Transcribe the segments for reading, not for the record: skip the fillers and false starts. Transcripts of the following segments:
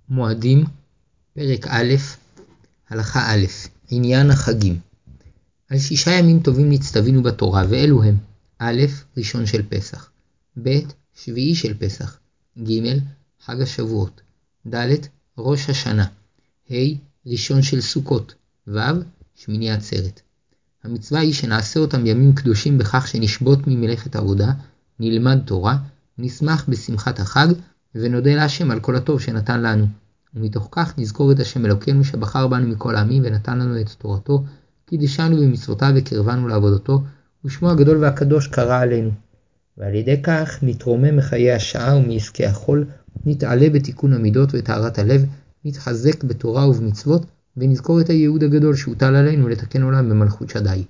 מועדים, פרק א', הלכה א', עניין החגים. על 6 ימים טובים נצטווינו בתורה, ואלו הם: א', ראשון של פסח, ב', שביעי של פסח, ג', חג השבועות, ד', ראש השנה, ה', ראשון של סוכות, ו', שמיני עצרת. המצווה היא שנעשה אותם ימים קדושים בכך שנשבות ממלאכת עבודה, נלמד תורה, נשמח בשמחת החג, ונודה להשם על כל הטוב שנתן לנו. ומתוך כך נזכור את השם אלוקינו שבחר בנו מכל העמים ונתן לנו את תורתו, קידשנו במצוותיו וקרבנו לעבודתו, ושמו הגדול והקדוש קרא עלינו. ועל ידי כך נתרומם מחיי השעה ומעסקי החול, נתעלה בתיקון המידות וטהרת הלב, נתחזק בתורה ובמצוות, ונזכור את הייעוד הגדול שהוטל עלינו לתקן עולם במלכות שדי.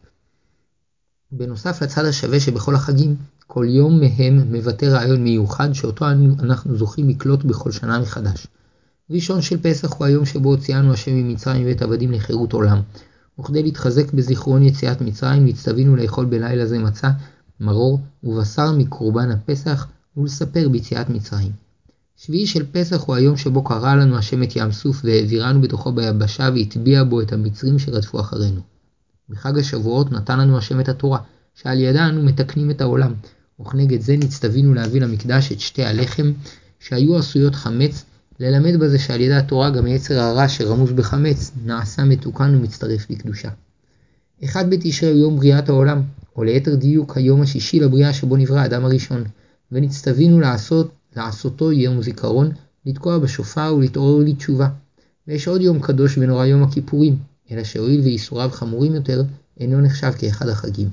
בנוסף לצד השווה שבכל החגים, כל יום מהם מבטא רעיון מיוחד שאותו אנחנו זוכים לקלוט בכל שנה מחדש. ראשון של פסח הוא היום שבו הוציאנו השם ממצרים מבית עבדים לחירות עולם. וכדי להתחזק בזיכרון יציאת מצרים, נצטווינו לאכול בלילה זה מצה, מרור ובשר מקורבן הפסח, ולספר ביציאת מצרים. שביעי של פסח הוא היום שבו קרא לנו השם את ים סוף והעבירנו בתוכו ביבשה והטביע בו את המצרים שרדפו אחרינו. בחג השבועות נתן לנו השם את התורה, שעל ידה אנו מתקנים את העולם, וכנגד זה נצטווינו להביא למקדש את שתי הלחם שהיו עשויות חמץ, ללמד בזה שעל ידי התורה גם יצר הרע שרמוז בחמץ נעשה מתוקן ומצטרף לקדושה. 1 בתשרי הוא יום בריאת העולם, או ליתר דיוק היום השישי לבריאה שבו נברא האדם הראשון, ונצטווינו לעשותו יום זיכרון, לתקוע בשופר ולהתעורר לתשובה. ויש עוד יום קדוש ונורא, יום הכיפורים, אלא שהואיל ואיסוריו חמורים יותר, אינו נחשב כאחד החגים.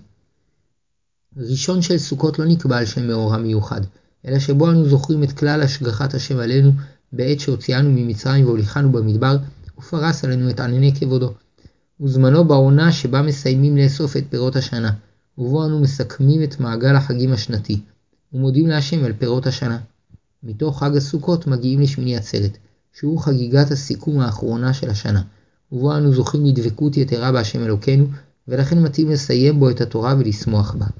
ראשון של סוכות לא נקבע על שם מאורע מיוחד, אלא שבו אנו זוכרים את כלל השגחת השם עלינו בעת שהוציאנו ממצרים והוליכנו במדבר, ופרס עלינו את ענני כבודו. וזמנו בעונה שבה מסיימים לאסוף את פירות השנה, ובו אנו מסכמים את מעגל החגים השנתי, ומודים להשם על פירות השנה. מתוך חג הסוכות מגיעים לשמיני עצרת, שהוא חגיגת הסיכום האחרונה של השנה, ובו אנו זוכים לדבקות יתרה בהשם אלוקינו, ולכן מתאים לסיים בו את התורה ולשמוח בה.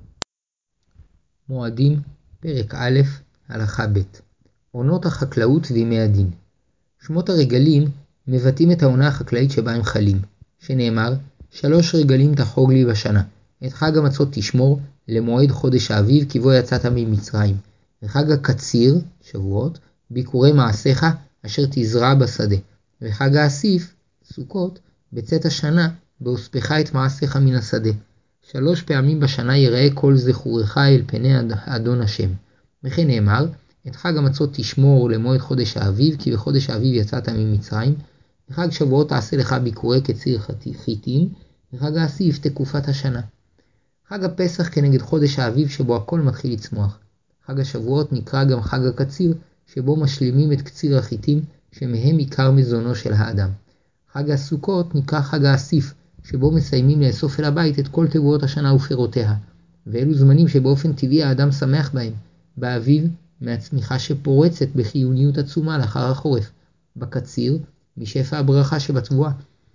מועדים, פרק א', הלכה ב', עונות החקלאות וימי הדין. שמות הרגלים מבטאים את העונה החקלאית שבה הם חלים, שנאמר 3 רגלים תחוג לי בשנה, את חג המצות תשמור למועד חודש האביב כי בו יצאת ממצרים, וחג הקציר, שבועות, ביקורי מעשיך אשר תזרע בשדה, וחג האסיף, סוכות, בצאת השנה בהוספך את מעשיך מן השדה. 3 פעמים בשנה יראה כל זכורך אל פני אדון השם. וכן נאמר, את חג המצות תשמור למועד חודש האביב, כי בחודש האביב יצאת ממצרים, וחג שבועות תעשה לך ביקורי קציר חיטים, וחג האסיף תקופת השנה. חג הפסח כנגד חודש האביב שבו הכל מתחיל לצמוח. חג השבועות נקרא גם חג הקציר, שבו משלימים את קציר החיטים, שמהם עיקר מזונו של האדם. חג הסוכות נקרא חג האסיף, שבו מסיימים לאסוף אל הבית את כל תבואות השנה ופירותיה, ואלו זמנים שבאופן טבעי האדם שמח בהם. באביב, מהצמיחה שפורצת בחיוניות עצומה לאחר החורף, בקציר, משפע הברכה שבתבואה,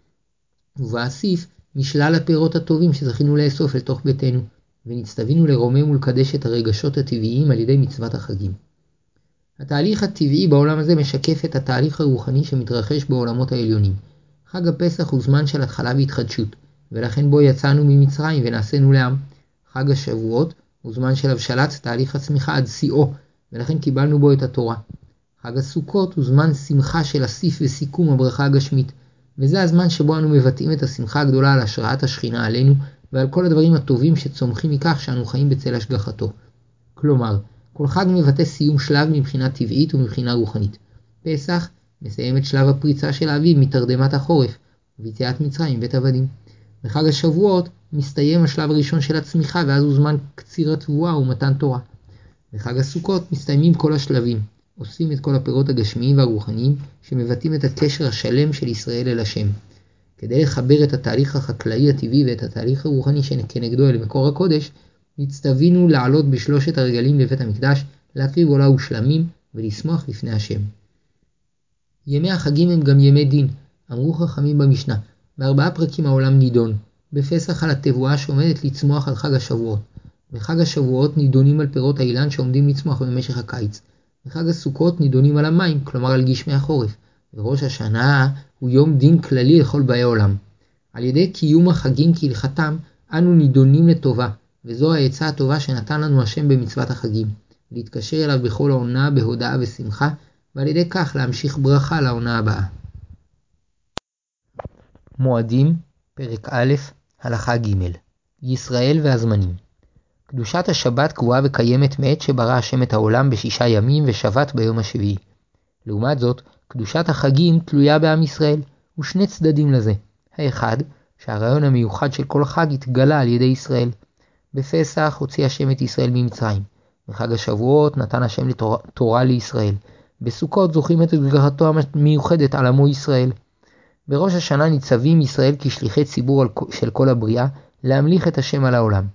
ובאסיף, משלל הפירות הטובים שזכינו לאסוף אל תוך ביתנו, ונצטווינו לרומם ולקדש את הרגשות הטבעיים על ידי מצוות החגים. התהליך הטבעי בעולם הזה משקף את התהליך הרוחני שמתרחש בעולמות העליונים. חג הפסח הוא זמן של התחלה והתחדשות, ולכן בו יצאנו ממצרים ונעשינו לעם. חג השבועות הוא זמן של הבשלת תהליך הצמיחה עד שיאו, ולכן קיבלנו בו את התורה. חג הסוכות הוא זמן שמחה של אסיף וסיכום הברכה הגשמית, וזה הזמן שבו אנו מבטאים את השמחה הגדולה על השראת השכינה עלינו, ועל כל הדברים הטובים שצומחים מכך שאנו חיים בצל השגחתו. כלומר, כל חג מבטא סיום שלב מבחינה טבעית ומבחינה רוחנית. פסח מסיים את שלב הפריצה של האביב מתרדמת החורף, ויציאת מצרים מבית עבדים. בחג השבועות מסתיים השלב הראשון של הצמיחה, ואז הוא זמן קציר התבואה ומתן תורה. בחג הסוכות מסתיימים כל השלבים, אוספים את כל הפירות הגשמיים והרוחניים שמבטאים את הקשר השלם של ישראל אל השם. כדי לחבר את התהליך החקלאי הטבעי ואת התהליך הרוחני שכנגדו אל מקור הקודש, נצטווינו לעלות בשלושת הרגלים לבית המקדש, להקריב עולה ושלמים ולשמוח לפני השם. ימי החגים הם גם ימי דין, אמרו חכמים במשנה, ב4 פרקים העולם נידון, בפסח על התבואה שעומדת לצמוח על חג השבועות. בחג השבועות נידונים על פירות האילן שעומדים לצמוח במשך הקיץ. בחג הסוכות נידונים על המים, כלומר על גשמי החורף, וראש השנה הוא יום דין כללי לכל באי עולם. על ידי קיום החגים כהלכתם, אנו נידונים לטובה, וזו העצה הטובה שנתן לנו השם במצוות החגים, להתקשר אליו בכל העונה בהודאה ושמחה, ועל ידי כך להמשיך ברכה לעונה הבאה. מועדים, פרק א', הלכה ג' ישראל והזמנים. קדושת השבת קבועה וקיימת מעת שברא השם את העולם ב6 ימים ושבת ביום השביעי. לעומת זאת, קדושת החגים תלויה בעם ישראל, ושני צדדים לזה. האחד, שהרעיון המיוחד של כל חג התגלה על ידי ישראל. בפסח הוציא השם את ישראל ממצרים. בחג השבועות נתן השם תורה לישראל. בסוכות זוכרים את גדולתו המיוחדת על עמו ישראל. בראש השנה ניצבים ישראל כשליחי ציבור של כל הבריאה להמליך את השם על העולם.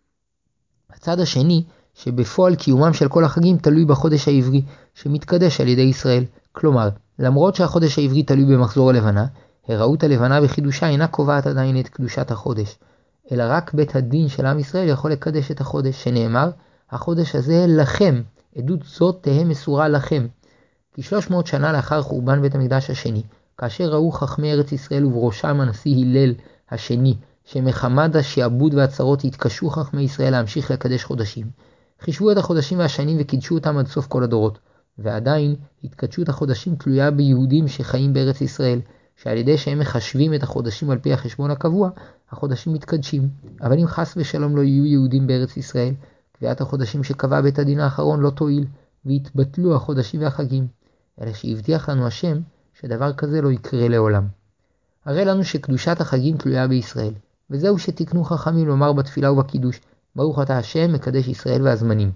הצד השני, שבפועל קיומם של כל החגים תלוי בחודש העברי שמתקדש על ידי ישראל. כלומר, למרות שהחודש העברי תלוי במחזור הלבנה, הראות הלבנה בחידושה אינה קובעת עדיין את קדושת החודש, אלא רק בית הדין של עם ישראל יכול לקדש את החודש, שנאמר, החודש הזה לכם, עדות זאת תהא מסורה לכם. כ300 שנה לאחר חורבן בית המקדש השני, כאשר ראו חכמי ארץ ישראל ובראשם הנשיא הלל השני, שמחמד השעבוד והצרות התקשו חכמי ישראל להמשיך לקדש חודשים. חישבו את החודשים והשנים וקידשו אותם עד סוף כל הדורות. ועדיין, התקדשות החודשים תלויה ביהודים שחיים בארץ ישראל, שעל ידי שהם מחשבים את החודשים על פי החשבון הקבוע, החודשים מתקדשים. אבל אם חס ושלום לא יהיו יהודים בארץ ישראל, קביעת החודשים שקבע בית הדין האחרון לא תועיל, והתבטלו החודשים והחגים. אלא שהבטיח לנו השם שדבר כזה לא יקרה לעולם. הרי לנו שקדושת החגים תלויה בישראל, וזהו שתקנו חכמים לומר בתפילה ובקידוש, ברוך אתה השם מקדש ישראל והזמנים.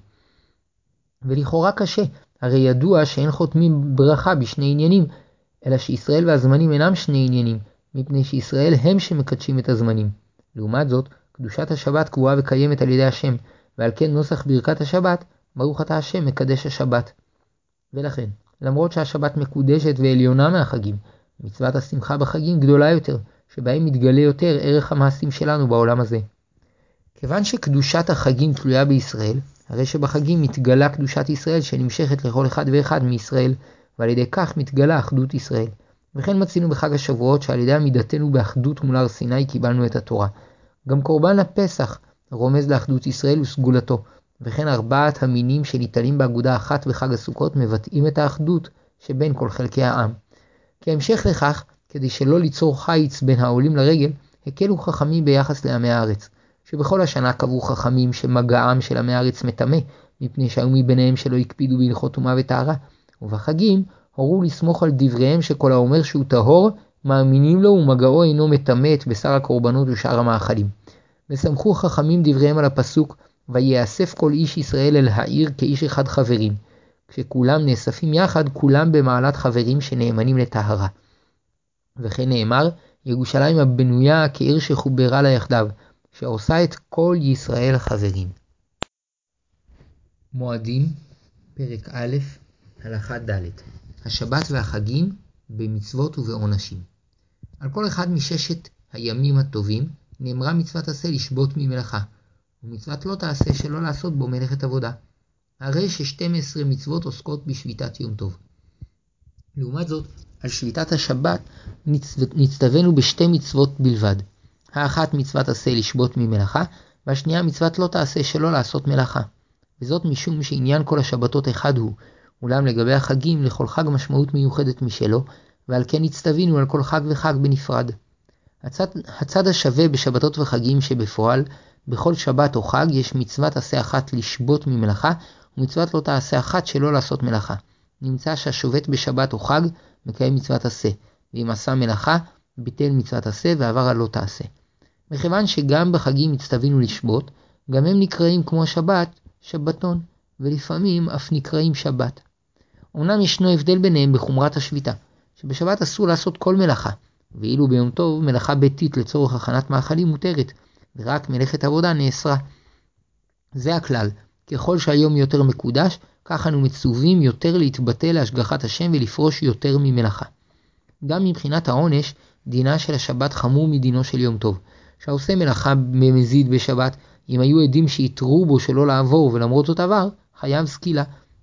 ולכאורה קשה, הרי ידוע שאין חותמים ברכה בשני עניינים, אלא שישראל והזמנים אינם שני עניינים, מפני שישראל הם שמקדשים את הזמנים. לעומת זאת, קדושת השבת קבועה וקיימת על ידי השם, ועל כן נוסח ברכת השבת, ברוך אתה השם מקדש השבת. ולכן, למרות שהשבת מקודשת ועליונה מהחגים, מצוות השמחה בחגים גדולה יותר, שבהם מתגלה יותר ערך המעשים שלנו בעולם הזה. כיוון שקדושת החגים תלויה בישראל, הרי שבחגים מתגלה קדושת ישראל שנמשכת לכל אחד ואחד מישראל, ועל ידי כך מתגלה אחדות ישראל. וכן מצינו בחג השבועות שעל ידי עמידתנו באחדות מול הר סיני קיבלנו את התורה. גם קורבן הפסח רומז לאחדות ישראל וסגולתו, וכן 4 המינים שניטלים באגודה אחת בחג הסוכות מבטאים את האחדות שבין כל חלקי העם. כהמשך לכך, כדי שלא ליצור חיץ בין העולים לרגל, הקלו חכמים ביחס לעמי הארץ, שבכל השנה קבעו חכמים שמגעם של עמי הארץ מטמא, מפני שהיו מביניהם שלא הקפידו בהלכות טומאה וטהרה, ובחגים הורו לסמוך על דבריהם שכל האומר שהוא טהור, מאמינים לו ומגעו אינו מטמא את בשר הקורבנות ושאר המאכלים. וסמכו חכמים דבריהם על הפסוק, ויאסף כל איש ישראל אל העיר כאיש אחד חברים. כשכולם נאספים יחד, כולם במעלת חברים שנאמנים לטהרה. וכן נאמר, ירושלים הבנויה כעיר שחוברה לה יחדיו, שעושה את כל ישראל חברים. מועדים, פרק א', הלכה ד' השבת והחגים במצוות ובעונשים. על כל אחד מששת הימים הטובים נאמרה מצוות עשה לשבות ממלאכה, ומצוות לא תעשה שלא לעשות בו מלאכת עבודה. הרי ש12 מצוות עוסקות בשביתת יום טוב. לעומת זאת, על שביתת השבת נצטווינו בשתי מצוות בלבד. האחת מצוות עשה לשבות ממלאכה, והשנייה מצוות לא תעשה שלא לעשות מלאכה. וזאת משום שעניין כל השבתות אחד הוא, אולם לגבי החגים לכל חג משמעות מיוחדת משלו, ועל כן נצטווינו על כל חג וחג בנפרד. הצד השווה בשבתות וחגים שבפועל, בכל שבת או חג יש מצוות עשה אחת לשבות ממלאכה, ומצוות לא תעשה אחת שלא לעשות מלאכה. נמצא שהשובת בשבת או חג מקיים מצוות עשה, ואם עשה מלאכה, ביטל מצוות עשה ועבר על לא תעשה. מכיוון שגם בחגים הצטווינו לשבות, גם הם נקראים כמו שבת, שבתון, ולפעמים אף נקראים שבת. אמנם ישנו הבדל ביניהם בחומרת השביתה, שבשבת אסור לעשות כל מלאכה, ואילו ביום טוב מלאכה ביתית לצורך הכנת מאכלים מותרת, ורק מלאכת עבודה נאסרה. זה הכלל, ככל שהיום יותר מקודש, כך אנו מצווים יותר להתבטא להשגחת השם ולפרוש יותר ממלאכה. גם מבחינת העונש, דינה של השבת חמור מדינו של יום טוב, שהעושה מלאכה במזיד בשבת, אם היו עדים שיתרו בו שלא לעבור ולמרות זאת עבר, חייב סקילה,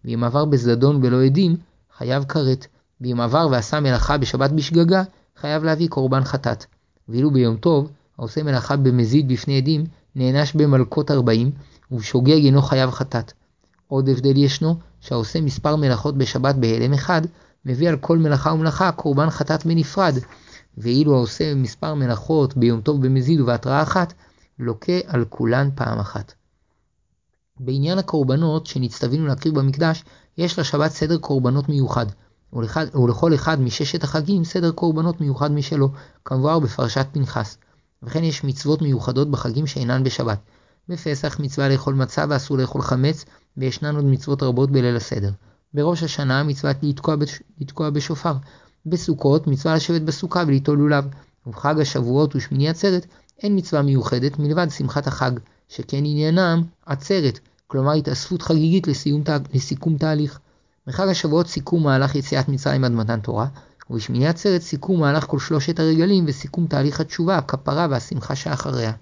ואם עבר בזדון בלא עדים, חייב כרת. ואם עבר ועשה מלאכה בשבת בשגגה, חייב להביא קורבן חטאת. ואילו ביום טוב, העושה מלאכה במזיד בפני עדים, נענש במלכות 40, ובשוגג אינו חייב חטאת. עוד הבדל ישנו, שהעושה מספר מלאכות בשבת בהלם אחד, מביא על כל מלאכה ומלאכה קורבן חטאת בנפרד, ואילו העושה מספר מלאכות ביום טוב במזיד ובהתראה אחת, לוקה על כולן פעם אחת. בעניין הקורבנות שנצטווינו להקריב במקדש, יש לשבת סדר קורבנות מיוחד, ולכל אחד מששת החגים סדר קורבנות מיוחד משלו, כמבואר בפרשת פנחס. וכן יש מצוות מיוחדות בחגים שאינן בשבת. בפסח מצווה לאכול מצה ואסור לאכול חמץ, וישנן עוד מצוות רבות בליל הסדר. בראש השנה מצוות לתקוע בשופר. בסוכות מצווה לשבת בסוכה וליטול לולב. ובחג השבועות ושמיני עצרת אין מצווה מיוחדת מלבד שמחת החג, שכן עניינם עצרת, כלומר התאספות חגיגית לסיכום תהליך. בחג השבועות סיכום מהלך יציאת מצרים עד מתן תורה, ובשמיני עצרת סיכום מהלך כל שלושת הרגלים וסיכום תהליך התשובה, הכפרה והשמחה שאחריה.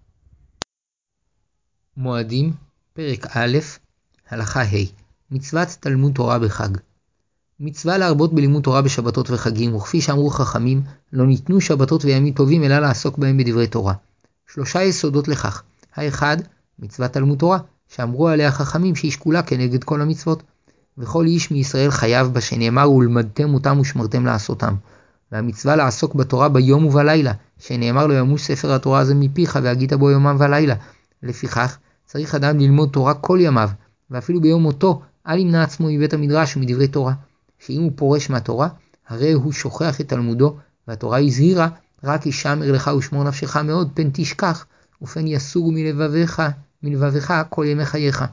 מועדים, פרק א', הלכה ה', מצוות תלמוד תורה בחג. מצווה להרבות בלימוד תורה בשבתות וחגים, וכפי שאמרו חכמים, לא ניתנו שבתות וימים טובים אלא לעסוק בהם בדברי תורה. 3 יסודות לכך. האחד, מצוות תלמוד תורה, שאמרו עליה חכמים שהיא שקולה כנגד כל המצוות. וכל איש מישראל חייב בה, שנאמר ולמדתם אותם ושמרתם לעשותם. והמצווה לעסוק בתורה ביום ובלילה, שנאמר לא ימוש ספר התורה הזה מפיך והגית בו יומם ולילה. לפיכך צריך אדם ללמוד תורה כל ימיו, ואפילו ביום מותו אל ימנע עצמו מבית המדרש ומדברי תורה. שאם הוא פורש מהתורה, הרי הוא שוכח את תלמודו, והתורה הזהירה, רק ישמר לך ושמור נפשך מאוד, פן תשכח, ופן יסורו מלבבך כל ימי חייך.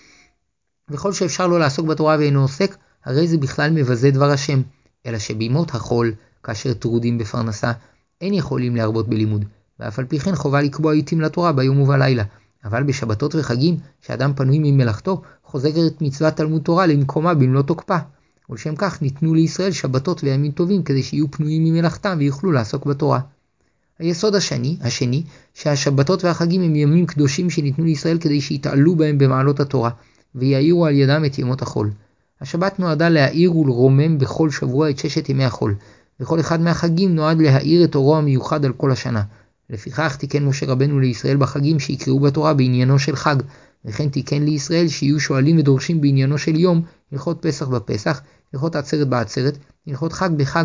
וכל שאפשר לו לעסוק בתורה ואינו עוסק, הרי זה בכלל מבזה דבר השם, אלא שבימות החול, כאשר טרודים בפרנסה, אין יכולים להרבות בלימוד, ואף על פי כן חובה לקבוע עיתים לתורה ביום ובלילה. אבל בשבתות וחגים, שאדם פנוי ממלאכתו, חוזרת מצוות תלמוד תורה למקומה במלוא תוקפה. ולשם כך ניתנו לישראל שבתות וימים טובים, כדי שיהיו פנויים ממלאכתם ויוכלו לעסוק בתורה. היסוד השני, שהשבתות והחגים הם ימים קדושים שניתנו לישראל כדי שיתעלו בהם במעלות התורה, ויעירו על ידם את ימות החול. השבת נועדה להאיר ולרומם בכל שבוע את 6 ימי החול, וכל אחד מהחגים נועד להאיר את אורו המיוחד על כל השנה. לפיכך תיקן משה רבנו לישראל בחגים שיקראו בתורה בעניינו של חג, וכן תיקן לישראל שיהיו שואלים ודורשים בעניינו של יום, הלכות פסח בפסח, הלכות עצרת בעצרת, הלכות חג בחג.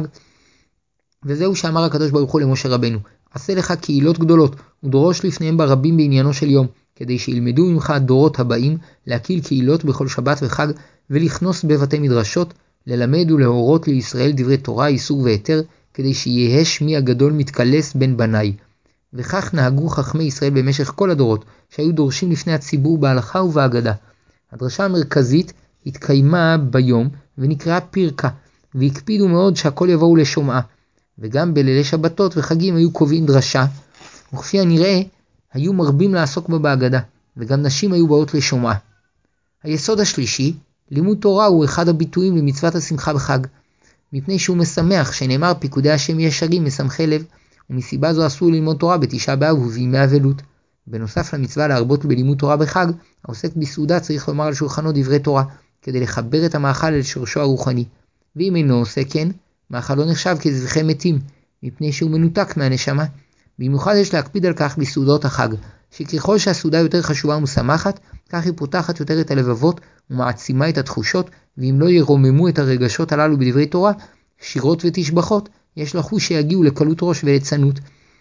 וזהו שאמר הקדוש ברוך הוא למשה רבנו, עשה לך קהילות גדולות, ודרוש לפניהם ברבים בעניינו של יום, כדי שילמדו ממך הדורות הבאים להקיל קהילות בכל שבת וחג, ולכנוס בבתי מדרשות, ללמד ולהורות לישראל דברי תורה, איסור והיתר, כדי שיהיה שמי הגדול מתקלס בין בניי. וכך נהגו חכמי ישראל במשך כל הדורות, שהיו דורשים לפני הציבור בהלכה ובהגדה. הדרשה המרכזית התקיימה ביום ונקראה פירקה, והקפידו מאוד שהכל יבואו לשומעה. וגם בלילי שבתות וחגים היו קובעים דרשה, וכפי הנראה היו מרבים לעסוק בה בהגדה, וגם נשים היו באות לשומעה. היסוד השלישי, לימוד תורה הוא אחד הביטויים למצוות השמחה בחג, מפני שהוא משמח, שנאמר פיקודי השם ישרים משמחי לב, ומסיבה זו אסור ללמוד תורה בתשעה באב ובימי אבלות. בנוסף למצווה להרבות בלימוד תורה בחג, העוסק בסעודה צריך לומר על שולחנו דברי תורה, כדי לחבר את המאכל אל שורשו הרוחני. ואם אינו עושה כן, מאכל לא נחשב כזבחי מתים, מפני שהוא מנותק מהנשמה. במיוחד יש להקפיד על כך בסעודות החג, שככל שהסעודה יותר חשובה ומשמחת, כך היא פותחת יותר את הלבבות ומעצימה את התחושות, ואם לא ירוממו את הרגשות הללו בדברי תורה, שירות ותשבחות, יש לחוש שיגיעו לקלות ראש ולצנות.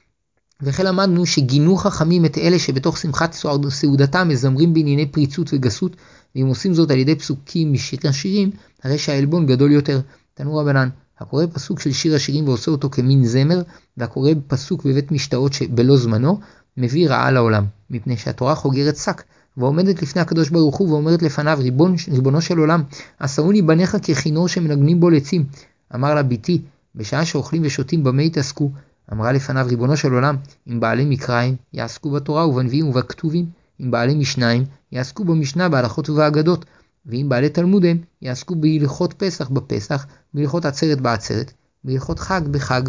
וכן למדנו שגינו חכמים את אלה שבתוך שמחת סעודתם מזמרים בענייני פריצות וגסות, ואם עושים זאת על ידי פסוקים משיר השירים, הרי שהעלבון גדול יותר. תנו רבנן, הקורא פסוק של שיר השירים ועושה אותו כמין זמר, והקורא פסוק בבית משתאות שבלא זמנו, מביא רעה לעולם, מפני שהתורה חוגרת שק, ועומדת לפני הקדוש ברוך הוא ואומרת לפניו, ריבונו של עולם, עשרוני בניך ככינור שמנגנים בו לצים. אמר לה, ביתי, בשעה שאוכלים ושותים במה יתעסקו? אמרה לפניו, ריבונו של עולם, אם בעלי מקראים יעסקו בתורה ובנביאים ובכתובים, אם בעלי משניים יעסקו במשנה בהלכות ובאגדות, ואם בעלי תלמוד הם יעסקו בהלכות פסח בפסח, בהלכות עצרת בעצרת, בהלכות חג בחג.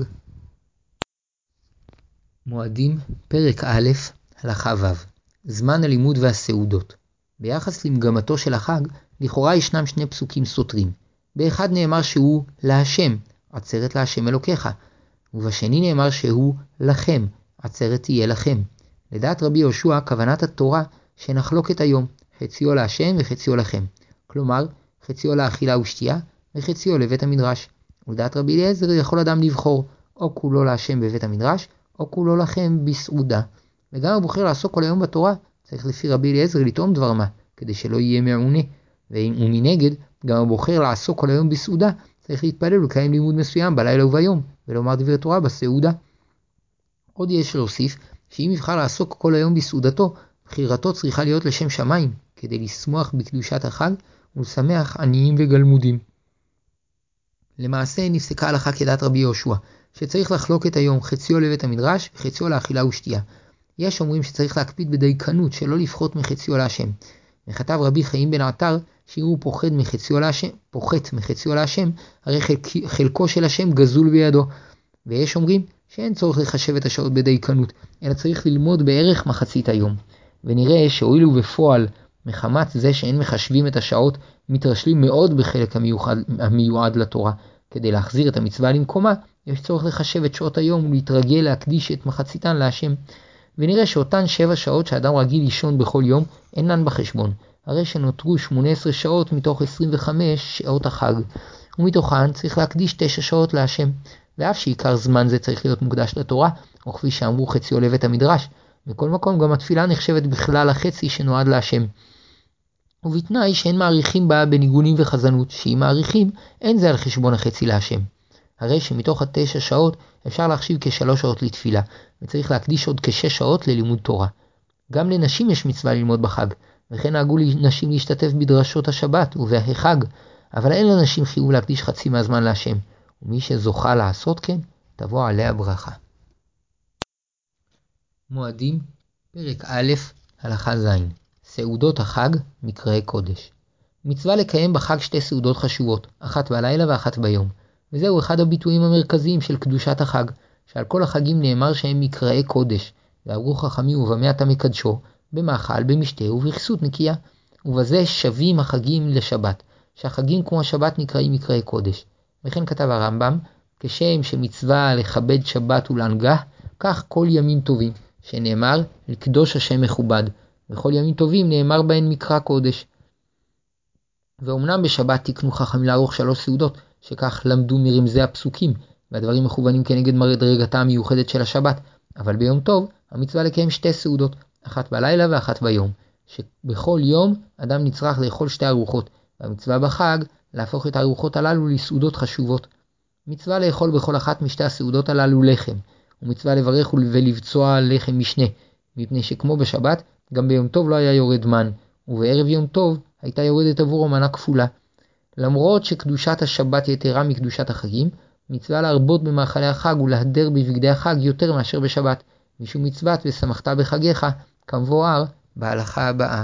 מועדים, פרק א', הלכה ו', זמן הלימוד והסעודות. ביחס למגמתו של החג, לכאורה ישנם שני פסוקים סותרים. באחד נאמר שהוא להשם, עצרת להשם אלוקיך, ובשני נאמר שהוא לכם, עצרת תהיה לכם. לדעת רבי יהושע, כוונת התורה שנחלוק את היום, חציו להשם וחציו לכם. כלומר, חציו לאכילה ושתייה וחציו לבית המדרש. ולדעת רבי אליעזר יכול אדם לבחור, או כולו להשם בבית המדרש, או כולו לכם בסעודה. וגם הבוחר לעסוק כל היום בתורה, צריך לפי רבי אליעזר לטעום דבר מה, כדי שלא יהיה מעונה. ומנגד, גם הבוחר לעסוק כל היום בסעודה, צריך להתפלל ולקיים לימוד מסוים בלילה וביום, ולומר דברי תורה בסעודה. עוד יש להוסיף, שאם יבחר לעסוק כל היום בסעודתו, בחירתו צריכה להיות לשם שמיים, כדי לשמוח בקדושת החג ולשמח עניים וגלמודים. למעשה נפסקה הלכה כדעת רבי יהושע, שצריך לחלוק את היום חציו לבית המדרש וחציו לאכילה ושתייה. יש אומרים שצריך להקפיד בדייקנות שלא לפחות מחציו להשם. וכתב רבי חיים בן עטר שאם הוא פוחת מחציו להשם, הרי חלקו של השם גזול בידו. ויש אומרים שאין צורך לחשב את השעות בדייקנות, אלא צריך ללמוד בערך מחצית היום. ונראה שהואילו בפועל מחמת זה שאין מחשבים את השעות, מתרשלים מאוד בחלק המיועד לתורה. כדי להחזיר את המצווה למקומה, יש צורך לחשב את שעות היום ולהתרגל להקדיש את מחציתן להשם. ונראה שאותן 7 שעות שאדם רגיל לישון בכל יום אינן בחשבון, הרי שנותרו 18 שעות מתוך 25 שעות החג, ומתוכן צריך להקדיש 9 שעות להשם. ואף שעיקר זמן זה צריך להיות מוקדש לתורה, או כפי שאמרו חציו לבית המדרש, בכל מקום גם התפילה נחשבת בכלל החצי שנועד להשם. ובתנאי שאין מעריכים בה בניגונים וחזנות, שאם מעריכים אין זה על חשבון החצי להשם. הרי שמתוך 9 שעות אפשר להחשיב כ3 שעות לתפילה, וצריך להקדיש עוד כ6 שעות ללימוד תורה. גם לנשים יש מצווה ללמוד בחג, וכן נהגו נשים להשתתף בדרשות השבת ובחג, אבל אין לנשים חיוב להקדיש חצי מהזמן להשם, ומי שזוכה לעשות כן, תבוא עליה ברכה. מועדים, פרק א', הלכה ז', סעודות החג, מקראי קודש. מצווה לקיים בחג 2 סעודות חשובות, אחת בלילה ואחת ביום, וזהו אחד הביטויים המרכזיים של קדושת החג, שעל כל החגים נאמר שהם מקראי קודש, ואמרו חכמים ובמה אתה מקדשו, במאכל, במשתה ובכסות נקייה. ובזה שווים החגים לשבת, שהחגים כמו השבת נקראים מקראי קודש. וכן כתב הרמב"ם, כשם שמצווה לכבד שבת ולהנגה, כך כל ימים טובים, שנאמר לקדוש השם מכובד, וכל ימים טובים נאמר בהן מקרא קודש. ואומנם בשבת תקנו חכמים לערוך 3 סעודות, שכך למדו מרמזי הפסוקים, והדברים מכוונים כנגד מדרגתה המיוחדת של השבת, אבל ביום טוב המצווה לקיים 2 סעודות, אחת בלילה ואחת ביום, שבכל יום אדם נצטרך לאכול 2 ארוחות, והמצווה בחג להפוך את הארוחות הללו לסעודות חשובות. מצווה לאכול בכל אחת משתי הסעודות הללו לחם, ומצווה לברך ולבצוע לחם משנה, מפני שכמו בשבת, גם ביום טוב לא היה יורד מן, ובערב יום טוב הייתה יורדת עבורו מנה כפולה. למרות שקדושת השבת יתרה מקדושת החגים, מצווה להרבות במאכלי החג ולהדר בבגדי החג יותר מאשר בשבת, משום מצוות ושמחת בחגיך, כמבואר בהלכה הבאה.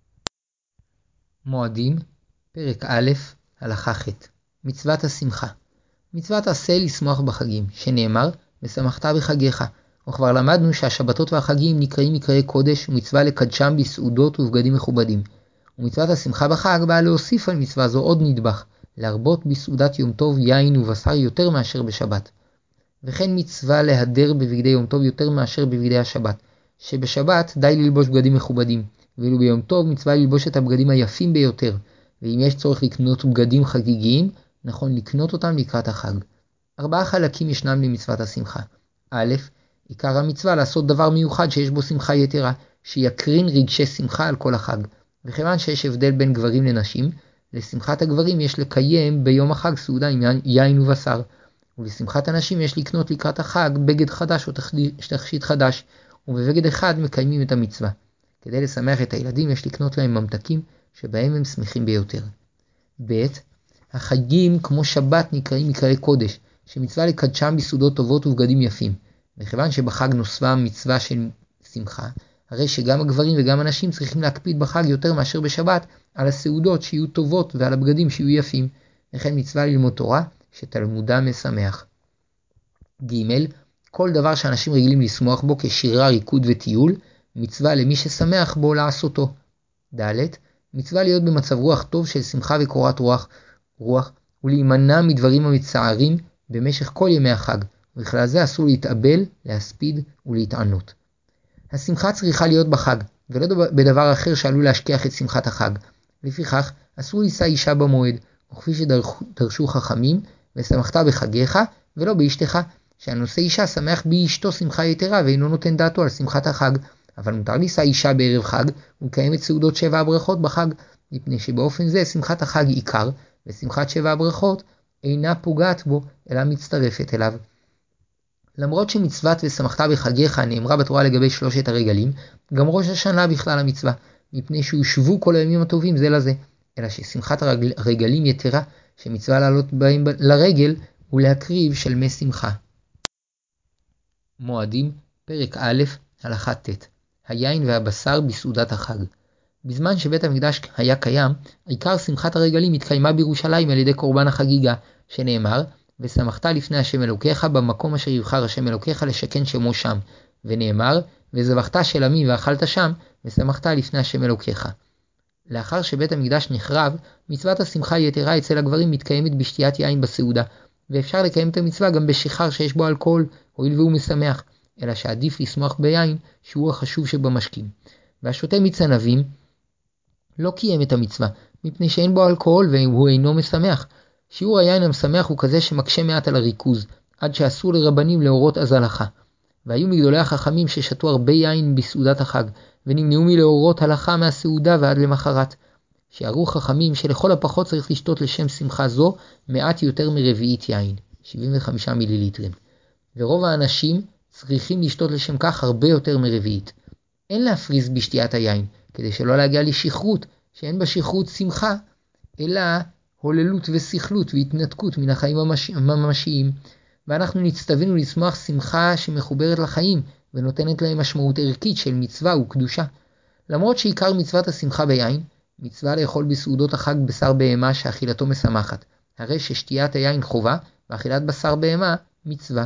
מועדים, פרק א', הלכה ח', מצוות השמחה. מצוות עשה לשמוח בחגים, שנאמר, ושמחת בחגיך, וכבר למדנו שהשבתות והחגים נקראים מקראי קודש, ומצווה לקדשם בסעודות ובגדים מכובדים. ומצוות השמחה בחג באה להוסיף על מצווה זו עוד נדבך, להרבות בסעודת יום טוב יין ובשר יותר מאשר בשבת. וכן מצווה להדר בבגדי יום טוב יותר מאשר בבגדי השבת, שבשבת די ללבוש בגדים מכובדים, ואילו ביום טוב מצווה ללבוש את הבגדים היפים ביותר, ואם יש צורך לקנות בגדים חגיגיים, נכון לקנות אותם לקראת החג. 4 חלקים ישנם למצוות השמחה. א', עיקר המצווה לעשות דבר מיוחד שיש בו שמחה יתרה, שיקרין רגשי שמחה על כל החג. וכיוון שיש הבדל בין גברים לנשים, לשמחת הגברים יש לקיים ביום החג סעודה עם יין ובשר, ולשמחת הנשים יש לקנות לקראת החג בגד חדש או תכשיט חדש, ובבגד אחד מקיימים את המצווה. כדי לשמח את הילדים יש לקנות להם ממתקים שבהם הם שמחים ביותר. ב', החגים כמו שבת נקראים מקראי קודש, שמצווה לקדשם בסעודות טובות ובגדים יפים. וכיוון שבחג נוספה מצווה של שמחה, הרי שגם הגברים וגם הנשים צריכים להקפיד בחג יותר מאשר בשבת על הסעודות שיהיו טובות ועל הבגדים שיהיו יפים. וכן מצווה ללמוד תורה שתלמודם משמח. ג', כל דבר שאנשים רגילים לשמוח בו כשירה, ריקוד וטיול, מצווה למי ששמח בו לעשותו. ד', מצווה להיות במצב רוח טוב של שמחה וקורת רוח ולהימנע מדברים המצערים במשך כל ימי החג, ובכלל זה אסור להתאבל, להספיד ולהתענות. השמחה צריכה להיות בחג, ולא בדבר אחר שעלול להשכיח את שמחת החג. לפיכך, אסור לישא אישה במועד, וכפי שדרשו חכמים, ושמחת בחגיך ולא באשתך, שהנושא אישה שמח באשתו שמחה יתרה ואינו נותן דעתו על שמחת החג, אבל מותר לישא אישה בערב חג ולקיים את סעודות 7 הברכות בחג, מפני שבאופן זה שמחת החג עיקר, ושמחת 7 הברכות אינה פוגעת בו, אלא מצטרפת אליו. למרות שמצוות ושמחת בחגיך נאמרה בתורה לגבי 3 הרגלים, גם ראש השנה בכלל המצווה, מפני שהושבו כל הימים הטובים זה לזה, אלא ששמחת הרגלים יתרה, שמצווה לעלות בהם לרגל ולהקריב שלמי שמחה. מועדים, פרק א', הלכה ט', היין והבשר בסעודת החג. בזמן שבית המקדש היה קיים, עיקר שמחת הרגלים התקיימה בירושלים על ידי קורבן החגיגה, שנאמר, ושמחת לפני השם אלוקיך במקום אשר יבחר השם אלוקיך לשכן שמו שם, ונאמר, וזבחת שלמים ואכלת שם, ושמחת לפני השם אלוקיך. לאחר שבית המקדש נחרב, מצוות השמחה היתרה אצל הגברים מתקיימת בשתיית יין בסעודה, ואפשר לקיים את המצווה גם בשיכר שיש בו אלכוהול, הואיל והוא משמח, אלא שעדיף לשמוח ביין שהוא החשוב שבמשקים. והשותה מיץ ענבים לא קיים את המצווה, מפני שאין בו אלכוהול והוא אינו משמח. שיעור היין המשמח הוא כזה שמקשה מעט על הריכוז, עד שאסור לרבנים להורות אז הלכה. והיו מגדולי החכמים ששתו הרבה יין בסעודת החג, ונמנעו מלהורות הלכה מהסעודה ועד למחרת. שיערו חכמים שלכל הפחות צריך לשתות לשם שמחה זו מעט יותר מרביעית יין, 75 מיליליטרים. ורוב האנשים צריכים לשתות לשם כך הרבה יותר מרביעית. אין להפריז בשתיית היין, כדי שלא להגיע לשכרות, שאין בשכרות שמחה, אלא הוללות ושכלות והתנתקות מן החיים הממשיים. ואנחנו נצטווינו לשמוח שמחה שמחוברת לחיים, ונותנת להם משמעות ערכית של מצווה וקדושה. למרות שעיקר מצוות השמחה ביין, מצווה לאכול בסעודות החג בשר בהמה שאכילתו משמחת. הרי ששתיית היין חובה, ואכילת בשר בהמה מצווה.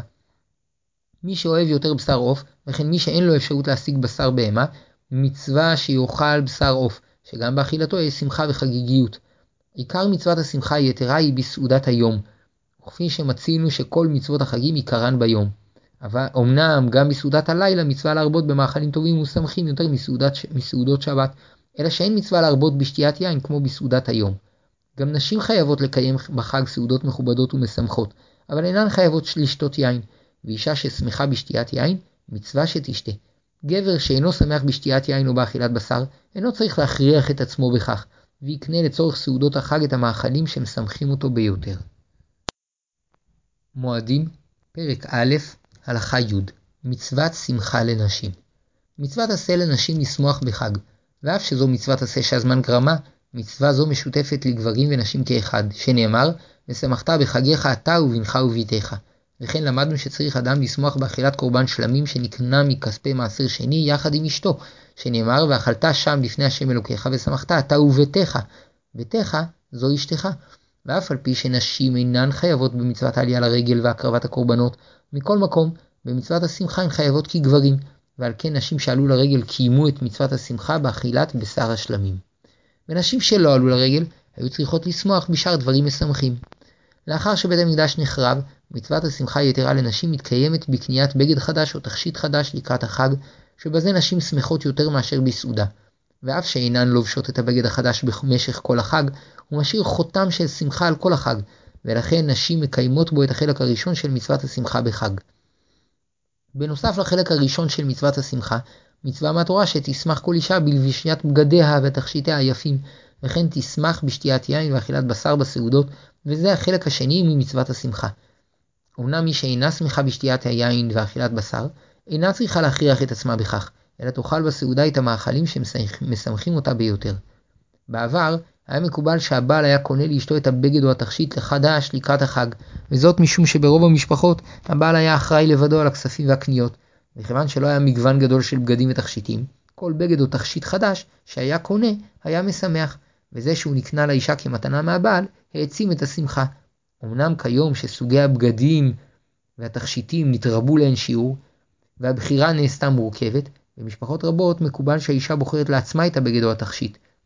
מי שאוהב יותר בשר עוף, וכן מי שאין לו אפשרות להשיג בשר בהמה, מצווה שיאכל בשר עוף, שגם באכילתו יש שמחה וחגיגיות. עיקר מצוות השמחה היתרה היא בסעודת היום, וכפי שמצינו שכל מצוות החגים עיקרן ביום. אבל אמנם גם בסעודת הלילה מצווה להרבות במאכלים טובים ושמחים יותר מסעודות שבת, אלא שאין מצווה להרבות בשתיית יין כמו בסעודת היום. גם נשים חייבות לקיים בחג סעודות מכובדות ומשמחות, אבל אינן חייבות לשתות יין, ואישה ששמחה בשתיית יין, מצווה שתשתה. גבר שאינו שמח בשתיית יין או באכילת בשר, אינו צריך להכריח את עצמו בכך, ויקנה לצורך סעודות החג את המאכלים שמשמחים אותו ביותר. מועדים, פרק א', הלכה י', מצוות שמחה לנשים. מצוות עשה לנשים לשמוח בחג, ואף שזו מצוות עשה שהזמן גרמה, מצווה זו משותפת לגברים ונשים כאחד, שנאמר, ושמחת בחגיך אתה ובנך וביתך. וכן למדנו שצריך אדם לשמוח באכילת קורבן שלמים שנקנה מכספי מעשר שני יחד עם אשתו, שנאמר, ואכלת שם לפני השם אלוקיך ושמחת אתה וביתך. ביתך זו אשתך. ואף על פי שנשים אינן חייבות במצוות העלייה לרגל והקרבת הקורבנות, מכל מקום, במצוות השמחה הן חייבות כגברים, ועל כן נשים שעלו לרגל קיימו את מצוות השמחה באכילת בשר השלמים. ונשים שלא עלו לרגל היו צריכות לשמוח בשאר דברים משמחים. לאחר שבית המקדש נחרב, מצוות השמחה היתרה לנשים מתקיימת בקניית בגד חדש או תכשיט חדש לקראת החג, שבזה נשים שמחות יותר מאשר בסעודה. ואף שאינן לובשות את הבגד החדש במשך כל החג, הוא משאיר חותם של שמחה על כל החג, ולכן נשים מקיימות בו את החלק הראשון של מצוות השמחה בחג. בנוסף לחלק הראשון של מצוות השמחה, מצווה מהתורה שתשמח כל אישה בלבישת בגדיה ותכשיטיה היפים, וכן תשמח בשתיית יין ואכילת בשר בסעודות, וזה החלק השני ממצוות השמחה. אומנם מי שאינה שמחה בשתיית היין ואכילת בשר, אינה צריכה להכריח את עצמה בכך, אלא תאכל בסעודה את המאכלים שמשמחים אותה ביותר. בעבר היה מקובל שהבעל היה קונה לאשתו את הבגד או התכשיט לחדש לקראת החג, וזאת משום שברוב המשפחות הבעל היה אחראי לבדו על הכספים והקניות, וכיוון שלא היה מגוון גדול של בגדים ותכשיטים, כל בגד או תכשיט חדש שהיה קונה היה משמח, וזה שהוא נקנה לאישה כמתנה מהבעל העצים את השמחה. אמנם כיום שסוגי הבגדים והתכשיטים נתרבו לאין שיעור, והבחירה נעשתה מורכבת, במשפחות רבות מקובל שהאישה בוחרת לעצמה את הבגד או התכשיט,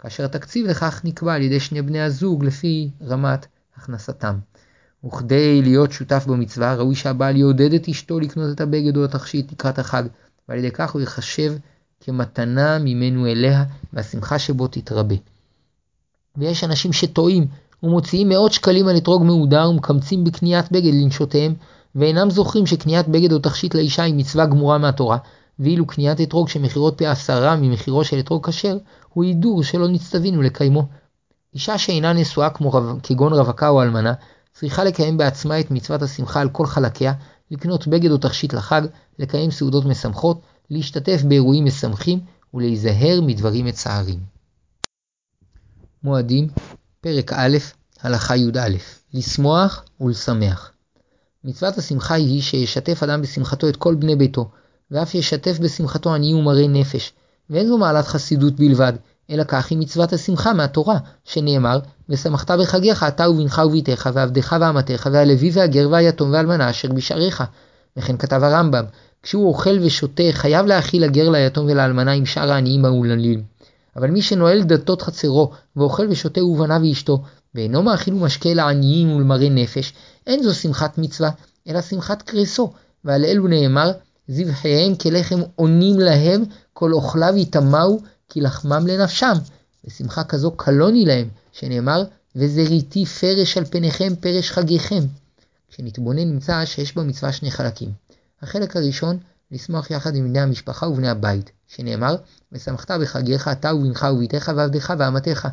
כאשר התקציב לכך נקבע על ידי שני בני הזוג לפי רמת הכנסתם. וכדי להיות שותף במצווה, ראוי שהבעל יעודד את אשתו לקנות את הבגד או התכשיט לקראת החג, ועל ידי כך הוא יחשב כמתנה ממנו אליה, והשמחה שבו תתרבה. ויש אנשים שטועים ומוציאים מאות שקלים על אתרוג מהודר ומקמצים בקניית בגד לנשותיהם, ואינם זוכרים שקניית בגד או תכשיט לאישה היא מצווה גמורה מהתורה, ואילו קניית אתרוג שמחירות פי 10 ממחירו של אתרוג כשר, הוא הידור שלא נצטווינו לקיימו. אישה שאינה נשואה כגון רווקה או אלמנה, צריכה לקיים בעצמה את מצוות השמחה על כל חלקיה, לקנות בגד או תכשיט לחג, לקיים סעודות משמחות, להשתתף באירועים משמחים ולהיזהר מדברים מצערים. מועדים, פרק א', הלכה י"א, לשמוח ולשמח. מצוות השמחה היא שישתף אדם בשמחתו את כל בני ביתו, ואף ישתף בשמחתו עני ומרי נפש, ואין זו מעלת חסידות בלבד, אלא כך היא מצוות השמחה מהתורה, שנאמר, ושמחת בחגיך אתה ובנך וביתך ועבדך ואמתך והלוי והגר והיתום והאלמנה אשר בשעריך. וכן כתב הרמב"ם, כשהוא אוכל ושותה חייב להאכיל לגר ליתום ולאלמנה עם שאר העניים האומללים. אבל מי שנועל דלתות חצרו ואוכל ושותה הוא ובניו ואשתו, ואינו מאכיל ומשקה לעניים ולמרי נפש, אין זו שמחת מצווה, אלא שמחת קריסו. ועל אלו נאמר, זבחיהם כלחם עונים להם, כל אוכליו יטמאו כי לחמם לנפשם. ושמחה כזו קלוני להם, שנאמר, וזריתי פרש על פניכם פרש חגיכם. כשנתבונן נמצא שיש במצווה שני חלקים. החלק הראשון, לשמוח יחד עם בני המשפחה ובני הבית, שנאמר, ושמחת בחגיך אתה ובנך וביתך ועבדך ואמתך.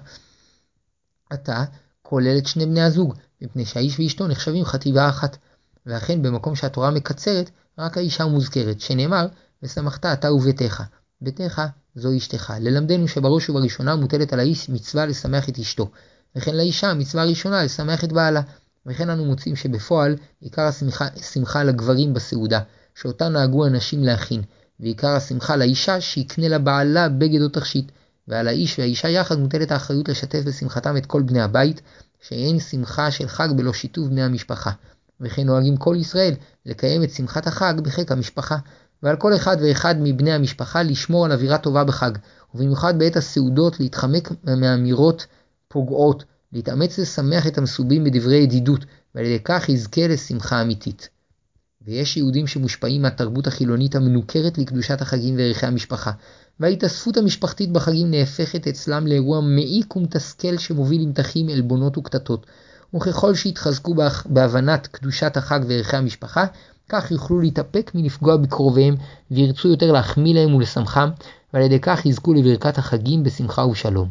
אתה כולל את שני בני הזוג, מפני שהאיש ואשתו נחשבים חטיבה אחת. ואכן במקום שהתורה מקצרת, רק האישה מוזכרת, שנאמר, ושמחת אתה וביתך. ביתך זו אשתך. ללמדנו שבראש ובראשונה מוטלת על האיש מצווה לשמח את אשתו. וכן לאישה מצווה ראשונה לשמח את בעלה. וכן אנו מוצאים שבפועל עיקר השמחה לגברים בסעודה, שאותה נהגו אנשים להכין, ועיקר השמחה לאישה שיקנה לבעלה בגד או תכשיט, ועל האיש והאישה יחד מוטלת האחריות לשתף בשמחתם את כל בני הבית, שאין שמחה של חג בלא שיתוף בני המשפחה. וכן נוהגים כל ישראל לקיים את שמחת החג בחיק המשפחה, ועל כל אחד ואחד מבני המשפחה לשמור על אווירה טובה בחג, ובמיוחד בעת הסעודות להתחמק מאמירות פוגעות, להתאמץ לשמח את המסובים בדברי ידידות, ועל ידי כך יזכה לשמחה אמיתית. ויש יהודים שמושפעים מהתרבות החילונית המנוכרת לקדושת החגים וערכי המשפחה, וההתאספות המשפחתית בחגים נהפכת אצלם לאירוע מעיק ומתסכל שמוביל למתחים, עלבונות וקטטות. וככל שהתחזקו בהבנת קדושת החג וערכי המשפחה, כך יוכלו להתאפק מלפגוע בקרוביהם, וירצו יותר להחמיא להם ולשמחם, ועל ידי כך יזכו לברכת החגים בשמחה ושלום.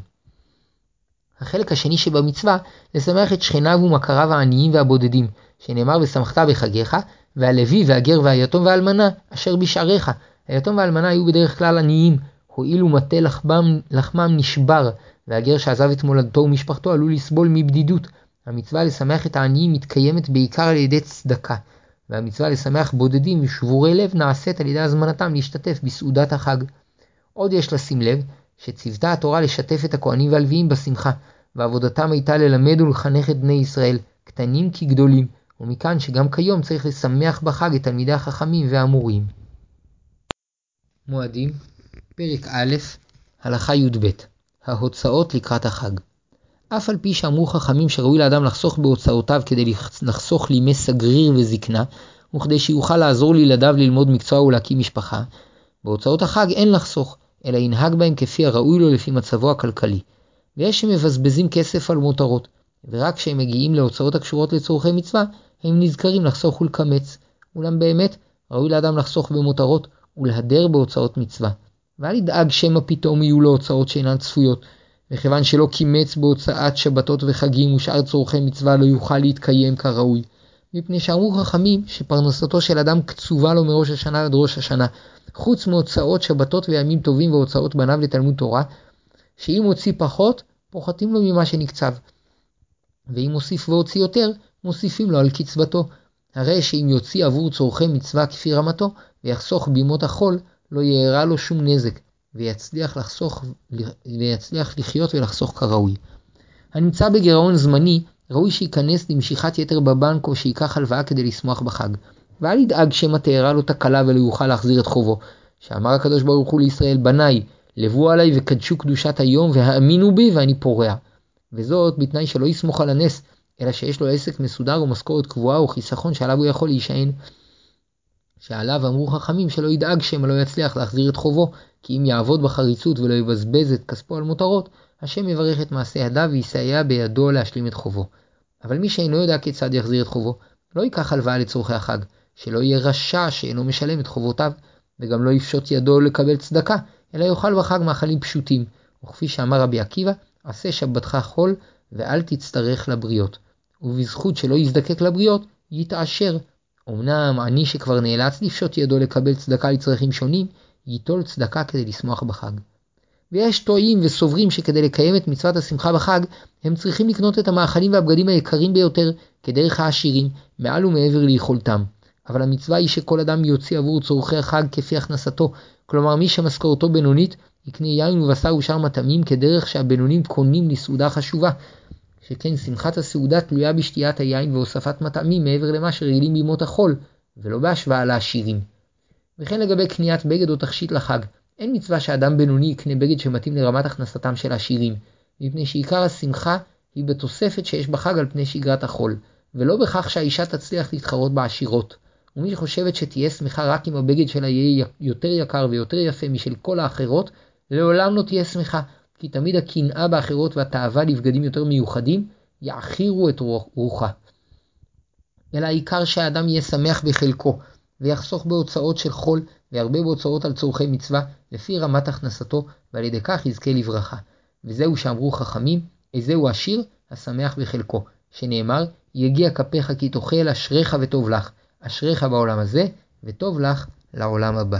החלק השני שבמצווה, לשמח את שכניו ומכריו העניים והבודדים, שנאמר ושמחת בחגיך, והלוי והגר והיתום והאלמנה אשר בשעריך. היתום והאלמנה היו בדרך כלל עניים, הואילו מטה לחמם נשבר, והגר שעזב את מולדתו ומשפחתו עלול לסבול מבדידות. המצווה לשמח את העניים מתקיימת בעיקר על ידי צדקה, והמצווה לשמח בודדים ושבורי לב נעשית על ידי הזמנתם להשתתף בסעודת החג. עוד יש לשים לב שצוותה התורה לשתף את הכהנים והלוויים בשמחה, ועבודתם הייתה ללמד ולחנך את בני ישראל, קטנים כגדולים, ומכאן שגם כיום צריך לשמח בחג את תלמידי החכמים והמורים. מועדים, פרק א', הלכה י"ב, ההוצאות לקראת החג. אף על פי שאמרו חכמים שראוי לאדם לחסוך בהוצאותיו כדי לחסוך לימי סגריר וזקנה, וכדי שיוכל לעזור לילדיו ללמוד מקצוע ולהקים משפחה, בהוצאות החג אין לחסוך, אלא ינהג בהם כפי הראוי לו לפי מצבו הכלכלי. ויש שמבזבזים כסף על מותרות, ורק כשהם מגיעים להוצאות הקשורות לצורכי מצווה, הם נזכרים לחסוך ולקמץ. אולם באמת, ראוי לאדם לחסוך במותרות ולהדר בהוצאות מצווה. ואל ידאג שמא פתאום יהיו לו הוצאות שאינן צפויות, וכיוון שלא קימץ בהוצאת שבתות וחגים ושאר צורכי מצווה לא יוכל להתקיים כראוי. מפני שאמרו חכמים שפרנסתו של אדם קצובה לו מראש השנה עד ראש השנה, חוץ מהוצאות שבתות וימים טובים והוצאות בניו לתלמוד תורה, שאם הוציא פחות, פוחתים לו ממה שנקצב. ואם מוסיף והוציא יותר, מוסיפים לו על קצבתו. הרי שאם יוציא עבור צורכי מצווה כפי רמתו, ויחסוך בימות החול, לא יארע לו שום נזק, ויצליח לחיות ולחסוך כראוי. הנמצא בגירעון זמני, ראוי שייכנס למשיכת יתר בבנק או שיקח הלוואה כדי לשמוח בחג. ואל ידאג שמא תארע לו תקלה ולא יוכל להחזיר את חובו. שאמר הקדוש ברוך הוא לישראל, בניי, לבו עליי וקדשו קדושת היום והאמינו בי ואני פורע. וזאת בתנאי שלא יסמוך על הנס, אלא שיש לו עסק מסודר ומשכורת קבועה או חיסכון שעליו הוא יכול להישען. שעליו אמרו חכמים שלא ידאג שמא לא יצליח להחזיר את חובו, כי אם יעבוד בחריצות ולא יבזבז את כספו על מותרות, השם יברך את מעשה ידיו ויסייע בידו להשלים את חובו. אבל מי שאינו יודע כיצד יחזיר את חובו, לא ייקח הלוואה לצורכי החג, שלא יהיה רשע שאינו משלם את חובותיו, וגם לא יפשוט ידו לקבל צדקה, אלא יאכל בחג מאכלים פשוטים. וכפי שאמר רבי עקיבא, עשה שבתך חול ואל תצטרך לבריות. ובזכות שלא יזדקק לבריות, יתעשר. אמנם עני שכבר נאלץ לפשוט ידו לקבל צדקה לצרכים שונים, ייטול צדקה כדי לשמוח בחג. ויש טועים וסוברים שכדי לקיים את מצוות השמחה בחג, הם צריכים לקנות את המאכלים והבגדים היקרים ביותר, כדרך העשירים, מעל ומעבר ליכולתם. אבל המצווה היא שכל אדם יוציא עבור צורכי החג כפי הכנסתו, כלומר מי שמשכורתו בינונית, יקנה יין ובשר ושאר מטעמים כדרך שהבינונים קונים לסעודה חשובה, שכן שמחת הסעודה תלויה בשתיית היין והוספת מטעמים מעבר למה שרגילים בימות החול, ולא בהשוואה לעשירים. וכן לגבי קניית בגד או תכשיט לחג, אין מצווה שאדם בינוני יקנה בגד שמתאים לרמת הכנסתם של העשירים, מפני שעיקר השמחה היא בתוספת שיש בחג על פני שגרת החול, ולא בכך שהאישה תצליח להתחרות בעשירות. ומי שחושבת שתהיה שמחה רק אם הבגד שלה יהיה יותר יקר ויותר יפה משל כל האחרות, לעולם לא תהיה שמחה, כי תמיד הקנאה באחרות והתאווה לבגדים יותר מיוחדים יעכירו את רוחה. אלא העיקר שהאדם יהיה שמח בחלקו, ויחסוך בהוצאות של חול והרבה בהוצאות על צורכי מצווה, לפי רמת הכנסתו, ועל ידי כך יזכה לברכה. וזהו שאמרו חכמים, איזהו עשיר השמח בחלקו, שנאמר, יגיע כפיך כי תאכל, אשריך וטוב לך, אשריך בעולם הזה וטוב לך לעולם הבא.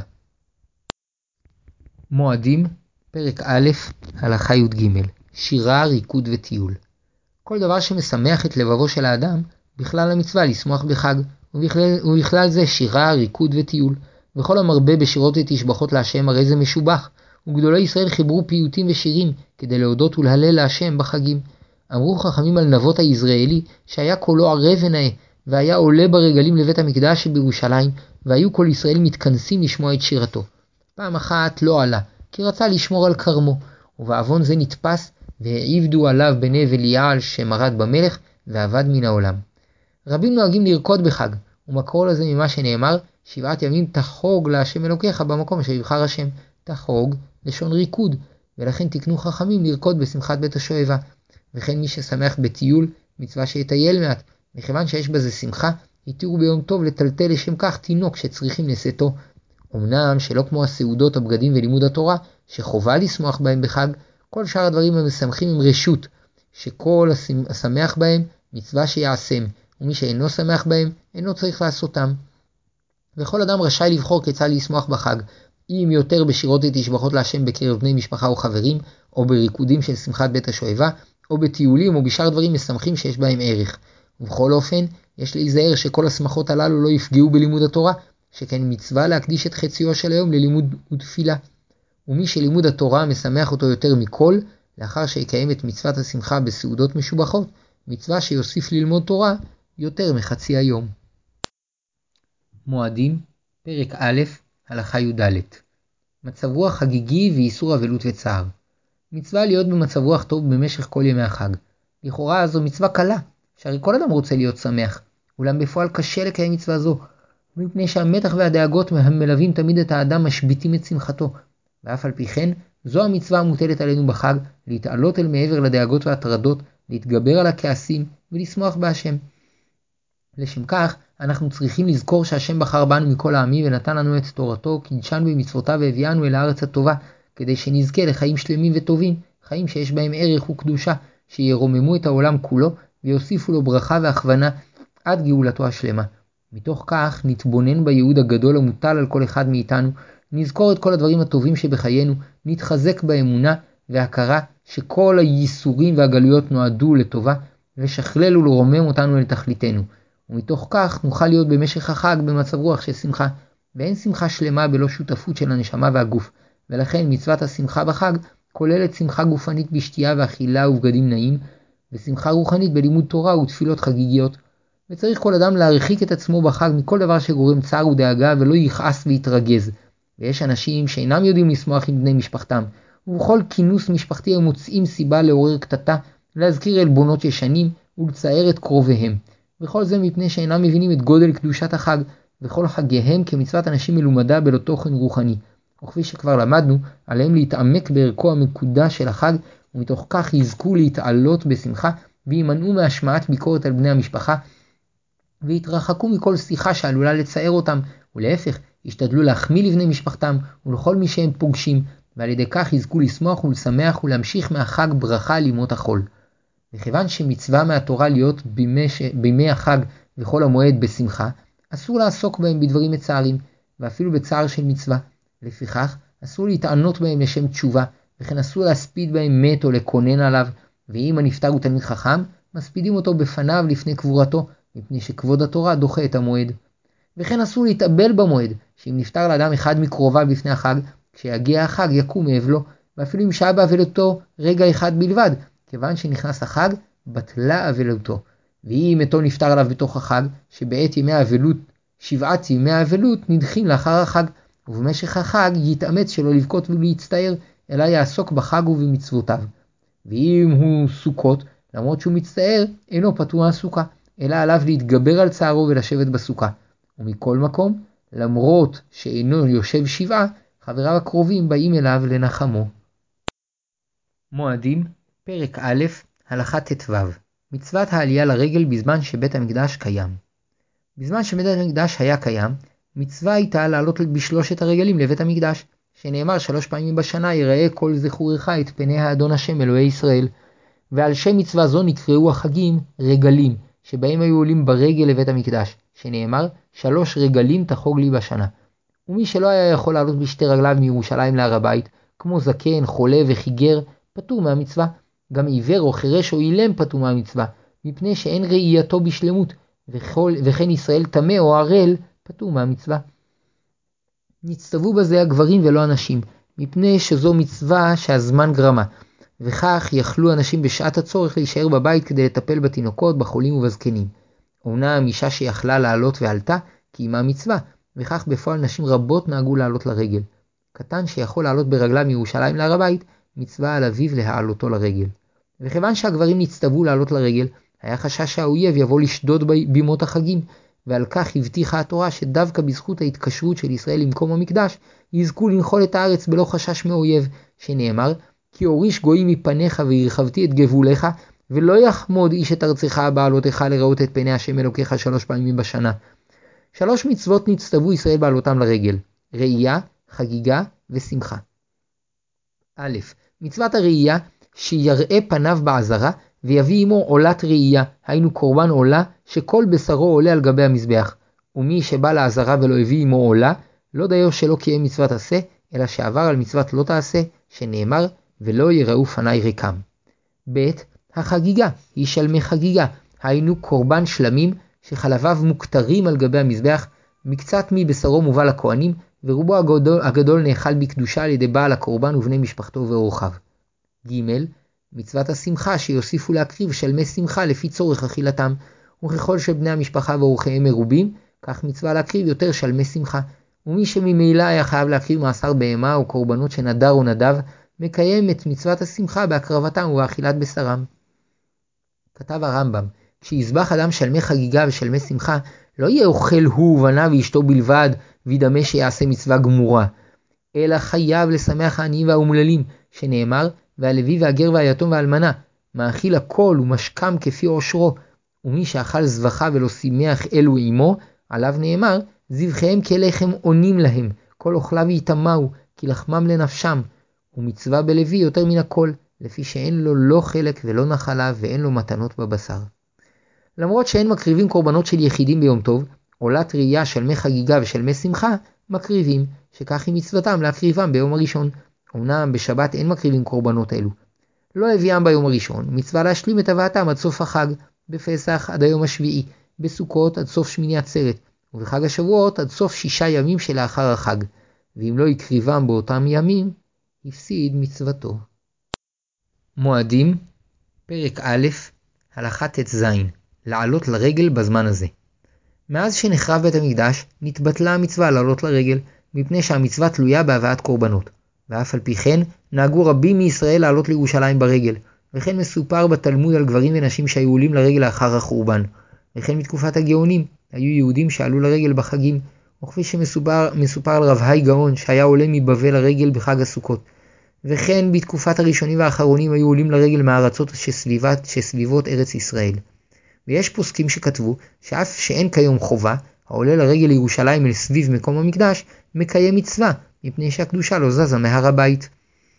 מועדים, פרק א', הלכה י"ג, שירה, ריקוד וטיול. כל דבר שמשמח את לבבו של האדם, בכלל המצווה לשמוח בחג, ובכלל זה שירה, ריקוד וטיול. וכל המרבה בשירות ותשבחות להשם הרי זה משובח, וגדולי ישראל חיברו פיוטים ושירים כדי להודות ולהלל להשם בחגים. אמרו חכמים על נבות היזרעאלי שהיה קולו ערב ונאה, והיה עולה ברגלים לבית המקדש שבירושלים, והיו כל ישראל מתכנסים לשמוע את שירתו. פעם אחת לא עלה, כי רצה לשמור על כרמו, ובעוון זה נתפס, והעיבדו עליו בני וליעל שמרד במלך, ועבד מן העולם. רבים נוהגים לרקוד בחג, ומקור לזה ממה שנאמר, 7 ימים תחוג להשם אלוקיך במקום שיבחר השם. תחוג, לשון ריקוד, ולכן תקנו חכמים לרקוד בשמחת בית השואבה. וכן מי ששמח בטיול, מצווה שיטייל מעט, מכיוון שיש בזה שמחה, יתירו ביום טוב לטלטל לשם כך תינוק שצריכים לשאתו. אמנם שלא כמו הסעודות, הבגדים ולימוד התורה, שחובה לשמוח בהם בחג, כל שאר הדברים המשמחים הם רשות, שכל השמח בהם מצווה שיעשם, ומי שאינו שמח בהם אינו צריך לעשותם. וכל אדם רשאי לבחור כיצד לשמוח בחג, אם יותר בשירות ותשבחות להשם בקרב בני משפחה או חברים, או בריקודים של שמחת בית השואבה, או בטיולים או בשאר דברים משמחים שיש בהם ערך. ובכל אופן, יש להיזהר שכל השמחות הללו לא יפגעו בלימוד התורה, שכן מצווה להקדיש את חציו של היום ללימוד ותפילה. ומי שלימוד התורה משמח אותו יותר מכל, לאחר שיקיים את מצוות השמחה בסעודות משובחות, מצווה שיוסיף ללמוד תורה יותר מחצי היום. מועדים, פרק א', הלכה י"ד. מצב רוח חגיגי ואיסור אבלות וצער. מצווה להיות במצב רוח טוב במשך כל ימי החג. לכאורה זו מצווה קלה, שהרי כל אדם רוצה להיות שמח, אולם בפועל קשה לקיים מצווה זו, מפני שהמתח והדאגות המלווים תמיד את האדם משביתים את שמחתו. ואף על פי כן, זו המצווה המוטלת עלינו בחג, להתעלות אל מעבר לדאגות והטרדות, להתגבר על הכעסים ולשמוח בהשם. לשם כך, אנחנו צריכים לזכור שהשם בחר בנו מכל העמים ונתן לנו את תורתו, קידשנו במצוותיו והביאנו אל הארץ הטובה, כדי שנזכה לחיים שלמים וטובים, חיים שיש בהם ערך וקדושה, שירוממו את העולם כולו ויוסיפו לו ברכה והכוונה עד גאולתו השלמה. מתוך כך נתבונן בייעוד הגדול המוטל על כל אחד מאיתנו, נזכור את כל הדברים הטובים שבחיינו, נתחזק באמונה והכרה שכל הייסורים והגלויות נועדו לטובה, ושכלל ולרומם אותנו אל תכליתנו. ומתוך כך נוכל להיות במשך החג במצב רוח של שמחה, ואין שמחה שלמה בלא שותפות של הנשמה והגוף, ולכן מצוות השמחה בחג כוללת שמחה גופנית בשתייה ואכילה ובגדים נעים, ושמחה רוחנית בלימוד תורה ותפילות חגיגיות. וצריך כל אדם להרחיק את עצמו בחג מכל דבר שגורם צער ודאגה ולא יכעס ויתרגז. ויש אנשים שאינם יודעים לשמוח עם בני משפחתם, ובכל כינוס משפחתי הם מוצאים סיבה לעורר קטטה, להזכיר עלבונות ישנים ולצער את קרוביהם. וכל זה מפני שאינם מבינים את גודל קדושת החג, וכל חגיהם כמצוות אנשים מלומדה בלא תוכן רוחני. וכפי שכבר למדנו, עליהם להתעמק בערכו המקודש של החג, ומתוך כך יזכו להתעלות בשמחה, וימנעו מהשמעת ביקורת על בני המשפחה, והתרחקו מכל שיחה שעלולה לצער אותם, ולהפך, ישתדלו להחמיא לבני משפחתם ולכל מי שהם פוגשים, ועל ידי כך יזכו לשמוח ולשמח ולהמשיך מהחג ברכה לימות החול. וכיוון שמצווה מהתורה להיות בימי החג וכל המועד בשמחה, אסור לעסוק בהם בדברים מצערים, ואפילו בצער של מצווה. לפיכך, אסור להתענות בהם לשם תשובה, וכן אסור להספיד בהם מת או לקונן עליו, ואם הנפטר הוא תלמיד חכם, מספידים אותו בפניו לפני קבורתו, מפני שכבוד התורה דוחה את המועד. וכן אסור להתאבל במועד, שאם נפטר לאדם אחד מקרוביו לפני החג, כשיגיע החג יקום מאבלו, ואפילו אם שהה באבלותו רגע אחד בלבד, כיוון שנכנס החג, בטלה אבלותו. ואם מתו נפטר עליו בתוך החג, שבעת ימי האבלות, 7 ימי האבלות נדחים לאחר החג, ובמשך החג יתאמץ שלא לבכות ולהצטער, אלא יעסוק בחג ובמצוותיו. ואם הוא סוכות, למרות שהוא מצטער, אינו פטור מהסוכה, אלא עליו להתגבר על צערו ולשבת בסוכה. ומכל מקום, למרות שאינו יושב שבעה, חבריו הקרובים באים אליו לנחמו. מועדים, פרק א', הלכה ט"ו. מצוות העלייה לרגל בזמן שבית המקדש קיים. בזמן שבית המקדש היה קיים, מצווה הייתה לעלות בשלושת הרגלים לבית המקדש, שנאמר 3 פעמים בשנה יראה כל זכורך את פני האדון השם אלוהי ישראל. ועל שם מצווה זו נקראו החגים רגלים, שבהם היו עולים ברגל לבית המקדש, שנאמר 3 רגלים תחוג לי בשנה. ומי שלא היה יכול לעלות בשתי רגליו מירושלים להר הבית, כמו זקן, חולה וחיגר, פטור מהמצווה. גם עיוור או חירש או אילם פטור מהמצווה, מפני שאין ראייתו בשלמות, וכן ישראל טמא או ערל פטור מהמצווה. נצטוו בזה הגברים ולא הנשים, מפני שזו מצווה שהזמן גרמה, וכך יכלו אנשים בשעת הצורך להישאר בבית כדי לטפל בתינוקות, בחולים ובזקנים. אומנם אישה שיכלה לעלות ועלתה, קיימה מצווה, וכך בפועל נשים רבות נהגו לעלות לרגל. קטן שיכול לעלות ברגליו מירושלים להר הבית, מצווה על אביו להעלותו לרגל. וכיוון שהגברים נצטוו לעלות לרגל, היה חשש שהאויב יבוא לשדוד בימות החגים, ועל כך הבטיחה התורה שדווקא בזכות ההתקשרות של ישראל למקום המקדש, יזכו לנחול את הארץ בלא חשש מאויב, שנאמר, כי הוריש גויים מפניך והרחבתי את גבוליך, ולא יחמוד איש את ארצך בעלותך לראות את פני השם אלוקיך 3 פעמים בשנה. 3 מצוות נצטוו ישראל בעלותם לרגל, ראייה, חגיגה ושמחה. א', מצוות הראייה, שיראה פניו בעזרה, ויביא עמו עולת ראייה, היינו קורבן עולה, שכל בשרו עולה על גבי המזבח. ומי שבא לעזרה ולא הביא עמו עולה, לא דיו שלא קיים מצוות עשה, אלא שעבר על מצוות לא תעשה, שנאמר, ולא יראו פני ריקם. ב', החגיגה, היא שלמי חגיגה, היינו קורבן שלמים, שחלביו מוקטרים על גבי המזבח, מקצת מבשרו מובא לכהנים, ורובו הגדול נאכל בקדושה על ידי בעל הקורבן ובני משפחתו ואורחיו. ג', מצוות השמחה שיוסיפו להקריב שלמי שמחה לפי צורך אכילתם, וככל שבני המשפחה ואורחיהם מרובים, כך מצווה להקריב יותר שלמי שמחה. ומי שממילא היה חייב להקריב מעשר בהמה או קורבנות שנדר או נדב, מקיים את מצוות השמחה בהקרבתם ובאכילת בשרם. כתב הרמב"ם, כשיזבח אדם שלמי חגיגה ושלמי שמחה, לא יהיה אוכל הוא ובניו ואשתו בלבד, וידמה שיעשה מצווה גמורה, אלא חייב לשמח העניים והאומללים, שנאמר, והלוי והגר והיתום והאלמנה, מאכיל הכל ומשכם כפי עושרו, ומי שאכל זבחה ולא שימח אלו עמו, עליו נאמר, זבחיהם כלחם עונים להם, כל אוכליו יטמאו, כי לחמם לנפשם, ומצווה בלוי יותר מן הכל, לפי שאין לו לא חלק ולא נחלה ואין לו מתנות בבשר. למרות שאין מקריבים קורבנות של יחידים ביום טוב, עולת ראייה של מי חגיגה ושל מי שמחה, מקריבים, שכך היא מצוותם להקריבם ביום הראשון. אמנם בשבת אין מקריבים קורבנות אלו. לא הביאם ביום הראשון, מצווה להשלים את הבאתם עד סוף החג, בפסח עד היום השביעי, בסוכות עד סוף שמיני עצרת, ובחג השבועות עד סוף 6 ימים שלאחר החג, ואם לא יקריבם באותם ימים, הפסיד מצוותו. מועדים, פרק א', הלכה ט"ז, לעלות לרגל בזמן הזה. מאז שנחרב בית המקדש, נתבטלה המצווה לעלות לרגל, מפני שהמצווה תלויה בהבאת קורבנות. ואף על פי כן נהגו רבים מישראל לעלות לירושלים ברגל, וכן מסופר בתלמוד על גברים ונשים שהיו עולים לרגל לאחר החורבן. וכן בתקופת הגאונים היו יהודים שעלו לרגל בחגים, וכפי שמסופר על רב היי גאון שהיה עולה מבבל לרגל בחג הסוכות. וכן בתקופת הראשונים והאחרונים היו עולים לרגל מהארצות שסביבות ארץ ישראל. ויש פוסקים שכתבו שאף שאין כיום חובה, העולה לרגל לירושלים אל סביב מקום המקדש מקיים מצווה, מפני שהקדושה לא זזה מהר הבית.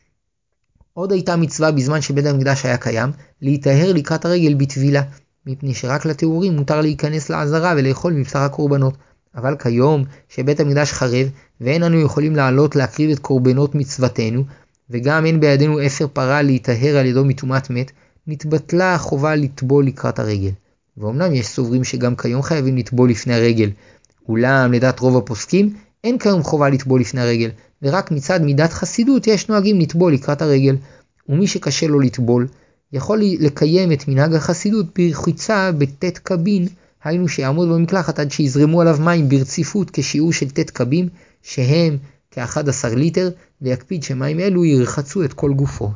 עוד הייתה מצווה בזמן שבית המקדש היה קיים, להיטהר לקראת הרגל בטבילה, מפני שרק לתיאורים מותר להיכנס לעזרה ולאכול מבשר הקורבנות. אבל כיום שבית המקדש חרב, ואין אנו יכולים לעלות להקריב את קורבנות מצוותנו, וגם אין בידינו אפר פרה להיטהר על ידו מטומאת מת, נתבטלה החובה לטבול לקראת הרגל. ואומנם יש סוברים שגם כיום חייבים לטבול לפני הרגל, אולם לדעת רוב הפוסקים אין כיום חובה לטבול לפני הרגל, ורק מצד מידת חסידות יש נוהגים לטבול לקראת הרגל. ומי שקשה לו לטבול, יכול לקיים את מנהג החסידות ברחיצה בתת קבין, היינו שיעמוד במקלחת עד שיזרמו עליו מים ברציפות כשיעור של תת קבים, שהם כ-11 ליטר, ויקפיד שמים אלו ירחצו את כל גופו.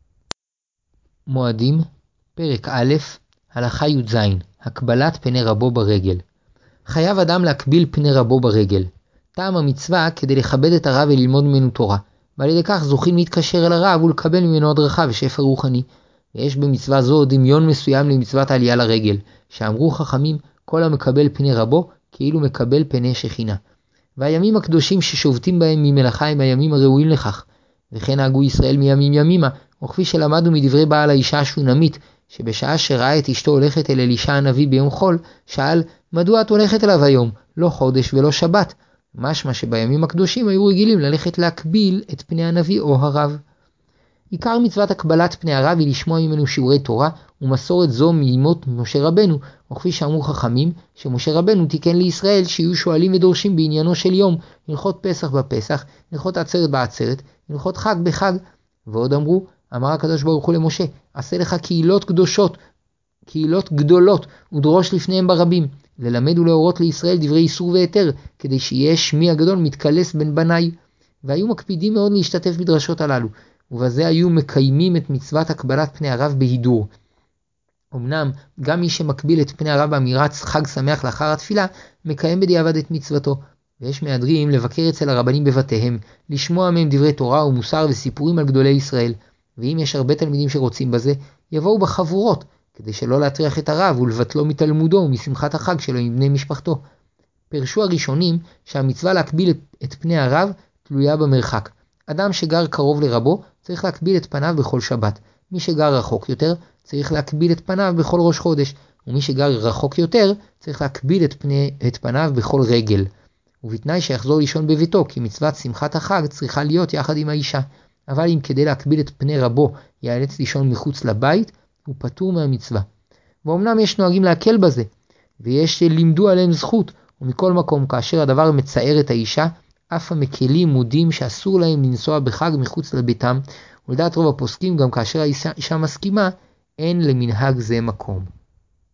מועדים, פרק א', הלכה י"ז, הקבלת פני רבו ברגל. חייב אדם להקביל פני רבו ברגל. טעם המצווה כדי לכבד את הרב וללמוד ממנו תורה, ועל ידי כך זוכים להתקשר אל הרב ולקבל ממנו הדרכה ושפע רוחני. ויש במצווה זו דמיון מסוים למצוות העלייה לרגל, שאמרו חכמים כל המקבל פני רבו כאילו מקבל פני שכינה. והימים הקדושים ששובתים בהם ממלאכה הם הימים הראויים לכך, וכן נהגו ישראל מימים ימימה, וכפי שלמדנו מדברי בעל האישה השונמית, שבשעה שראה את אשתו הולכת אל אלישע הנביא ביום חול, שאל, מדוע את הולכת אליו היום, לא חודש ולא שבת? משמע שבימים הקדושים היו רגילים ללכת להקביל את פני הנביא או הרב. עיקר מצוות הקבלת פני הרב היא לשמוע ממנו שיעורי תורה, ומסורת זו מימות משה רבנו, וכפי שאמרו חכמים, שמשה רבנו תיקן לישראל שיהיו שואלים ודורשים בעניינו של יום, הלכות פסח בפסח, הלכות עצרת בעצרת, הלכות חג בחג. ועוד אמרו, אמר הקדוש ברוך הוא למשה, עשה לך קהילות גדולות, ודרוש לפניהם ברבים, ללמד ולהורות לישראל דברי איסור והיתר, כדי שיהיה שמי הגדול מתקלס בין בניי. והיו מקפידים מאוד להשתתף בדרשות הללו, ובזה היו מקיימים את מצוות הקבלת פני הרב בהידור. אמנם גם מי שמקביל את פני הרב באמירת חג שמח לאחר התפילה, מקיים בדיעבד את מצוותו. ויש מהדרים לבקר אצל הרבנים בבתיהם, לשמוע מהם דברי תורה ומוסר וסיפורים על גדולי ישראל. ואם יש הרבה תלמידים שרוצים בזה, יבואו בחבורות, כדי שלא להטריח את הרב ולבטלו מתלמודו ומשמחת החג שלו עם בני משפחתו. פרשו הראשונים שהמצווה להקביל את פני הרב תלויה במרחק. אדם שגר קרוב לרבו צריך להקביל את פניו בכל שבת. מי שגר רחוק יותר צריך להקביל את פניו בכל ראש חודש. ומי שגר רחוק יותר צריך להקביל את פניו בכל רגל. ובתנאי שיחזור לישון בביתו, כי מצוות שמחת החג צריכה להיות יחד עם האישה. אבל אם כדי להקביל את פני רבו ייאלץ לישון מחוץ לבית, הוא פטור מהמצווה. ואומנם יש נוהגים להקל בזה, ויש לימדו עליהם זכות, ומכל מקום כאשר הדבר מצער את האישה, אף המקלים מודים שאסור להם לנסוע בחג מחוץ לביתם, ולדעת רוב הפוסקים גם כאשר האישה מסכימה, אין למנהג זה מקום.